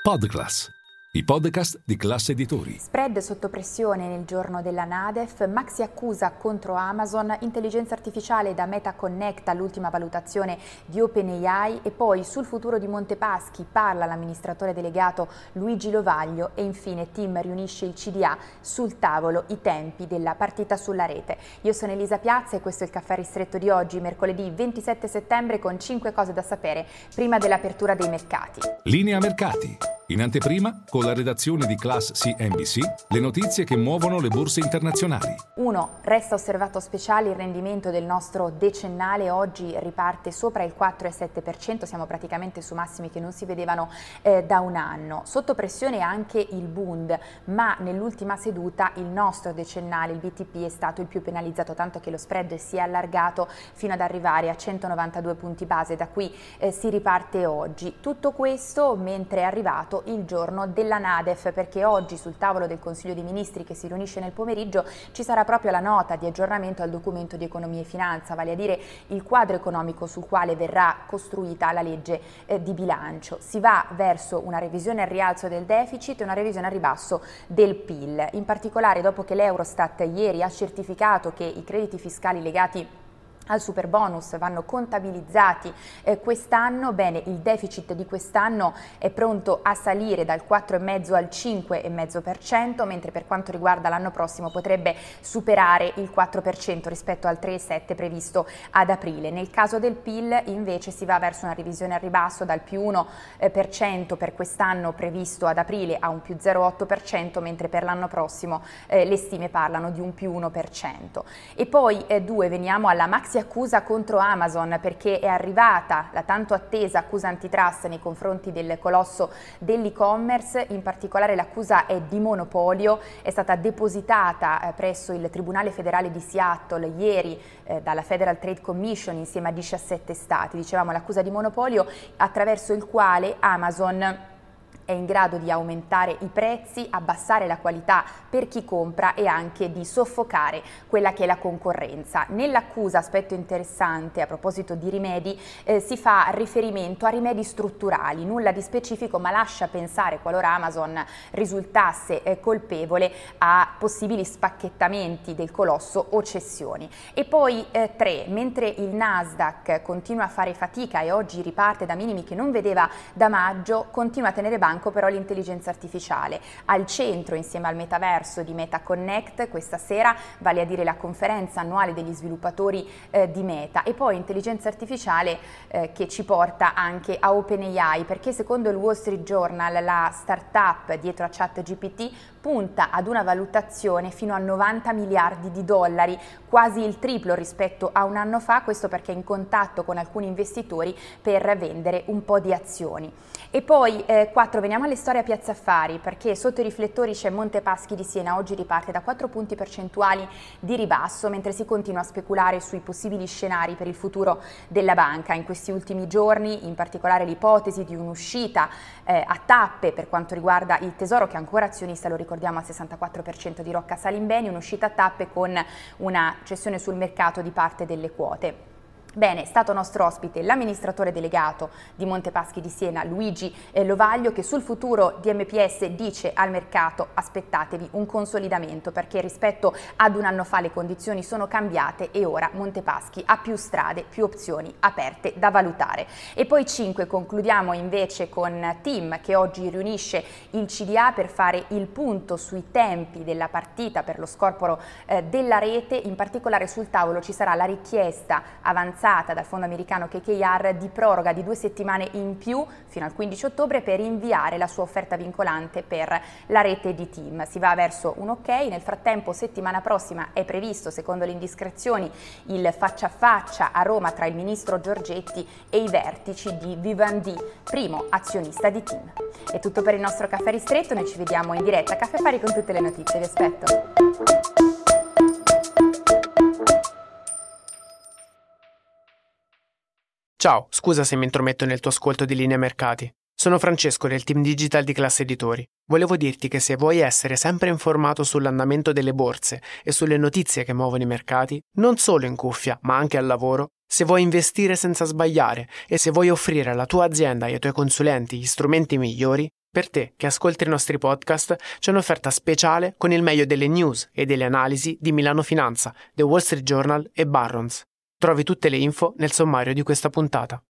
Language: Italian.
Podclass, i podcast di Class Editori. Spread sotto pressione nel giorno della NADEF, maxi accusa contro Amazon, intelligenza artificiale da Meta Connect all'ultima valutazione di OpenAI e poi sul futuro di Montepaschi parla l'amministratore delegato Luigi Lovaglio e infine Tim riunisce il CDA sul tavolo i tempi della partita sulla rete. Io sono Elisa Piazza e questo è il caffè ristretto di oggi, mercoledì 27 settembre con 5 cose da sapere prima dell'apertura dei mercati. Linea mercati. In anteprima, con la redazione di Class CNBC, le notizie che muovono le borse internazionali. 1. Resta osservato speciale il rendimento del nostro decennale, oggi riparte sopra il 4,7%, siamo praticamente su massimi che non si vedevano da un anno. Sotto pressione anche il Bund, ma nell'ultima seduta il nostro decennale, il BTP, è stato il più penalizzato, tanto che lo spread si è allargato fino ad arrivare a 192 punti base, da qui si riparte oggi. Tutto questo mentre è arrivato il giorno della NADEF, perché oggi sul tavolo del Consiglio dei Ministri che si riunisce nel pomeriggio ci sarà proprio la nota di aggiornamento al documento di economia e finanza, vale a dire il quadro economico sul quale verrà costruita la legge di bilancio. Si va verso una revisione al rialzo del deficit e una revisione al ribasso del PIL, in particolare dopo che l'Eurostat ieri ha certificato che i crediti fiscali legati al superbonus vanno contabilizzati quest'anno. Bene, il deficit di quest'anno è pronto a salire dal 4,5 al 5,5%, mentre per quanto riguarda l'anno prossimo potrebbe superare il 4% rispetto al 3,7% previsto ad aprile. Nel caso del PIL invece si va verso una revisione al ribasso dal più 1% per quest'anno previsto ad aprile a un più 0,8%, mentre per l'anno prossimo le stime parlano di un più 1%. E poi veniamo alla maxi accusa contro Amazon, perché è arrivata la tanto attesa accusa antitrust nei confronti del colosso dell'e-commerce. In particolare l'accusa è di monopolio, è stata depositata presso il Tribunale federale di Seattle ieri dalla Federal Trade Commission insieme a 17 stati. Dicevamo l'accusa di monopolio attraverso il quale Amazon è in grado di aumentare i prezzi, abbassare la qualità per chi compra e anche di soffocare quella che è la concorrenza. Nell'accusa, aspetto interessante a proposito di rimedi, si fa riferimento a rimedi strutturali, nulla di specifico, ma lascia pensare, qualora Amazon risultasse colpevole, a possibili spacchettamenti del colosso o cessioni. E poi 3, mentre il Nasdaq continua a fare fatica e oggi riparte da minimi che non vedeva da maggio, continua a tenere banco però l'intelligenza artificiale. Al centro, insieme al metaverso di Meta Connect, questa sera, vale a dire la conferenza annuale degli sviluppatori di Meta, e poi intelligenza artificiale che ci porta anche a OpenAI, perché secondo il Wall Street Journal la startup dietro a ChatGPT punta ad una valutazione fino a 90 miliardi di dollari, quasi il triplo rispetto a un anno fa, questo perché è in contatto con alcuni investitori per vendere un po' di azioni. E poi 4, veniamo alle storie a Piazza Affari, perché sotto i riflettori c'è Montepaschi di Siena, oggi riparte da 4 punti percentuali di ribasso, mentre si continua a speculare sui possibili scenari per il futuro della banca. In questi ultimi giorni, in particolare l'ipotesi di un'uscita a tappe per quanto riguarda il Tesoro, che è ancora azionista, lo ricordiamo, al 64% di Rocca Salimbeni, un'uscita a tappe con una cessione sul mercato di parte delle quote. Bene, è stato nostro ospite l'amministratore delegato di Montepaschi di Siena, Luigi Lovaglio, che sul futuro di MPS dice al mercato: aspettatevi un consolidamento, perché rispetto ad un anno fa le condizioni sono cambiate e ora Montepaschi ha più strade, più opzioni aperte da valutare. E poi 5, concludiamo invece con Tim, che oggi riunisce il CDA per fare il punto sui tempi della partita per lo scorporo della rete. In particolare sul tavolo ci sarà la richiesta avanzata dal fondo americano KKR di proroga di 2 settimane in più fino al 15 ottobre per inviare la sua offerta vincolante per la rete di Tim. Si va verso un ok. Nel frattempo, settimana prossima è previsto, secondo le indiscrezioni, il faccia a faccia a Roma tra il ministro Giorgetti e i vertici di Vivendi, primo azionista di Tim. È tutto per il nostro caffè ristretto, noi ci vediamo in diretta a Caffè Affari con tutte le notizie, vi aspetto. Ciao, scusa se mi intrometto nel tuo ascolto di Linea Mercati. Sono Francesco del team digital di Class Editori. Volevo dirti che se vuoi essere sempre informato sull'andamento delle borse e sulle notizie che muovono i mercati, non solo in cuffia, ma anche al lavoro, se vuoi investire senza sbagliare e se vuoi offrire alla tua azienda e ai tuoi consulenti gli strumenti migliori, Per te che ascolti i nostri podcast c'è un'offerta speciale con il meglio delle news e delle analisi di Milano Finanza, The Wall Street Journal e Barron's. Trovi tutte le info nel sommario di questa puntata.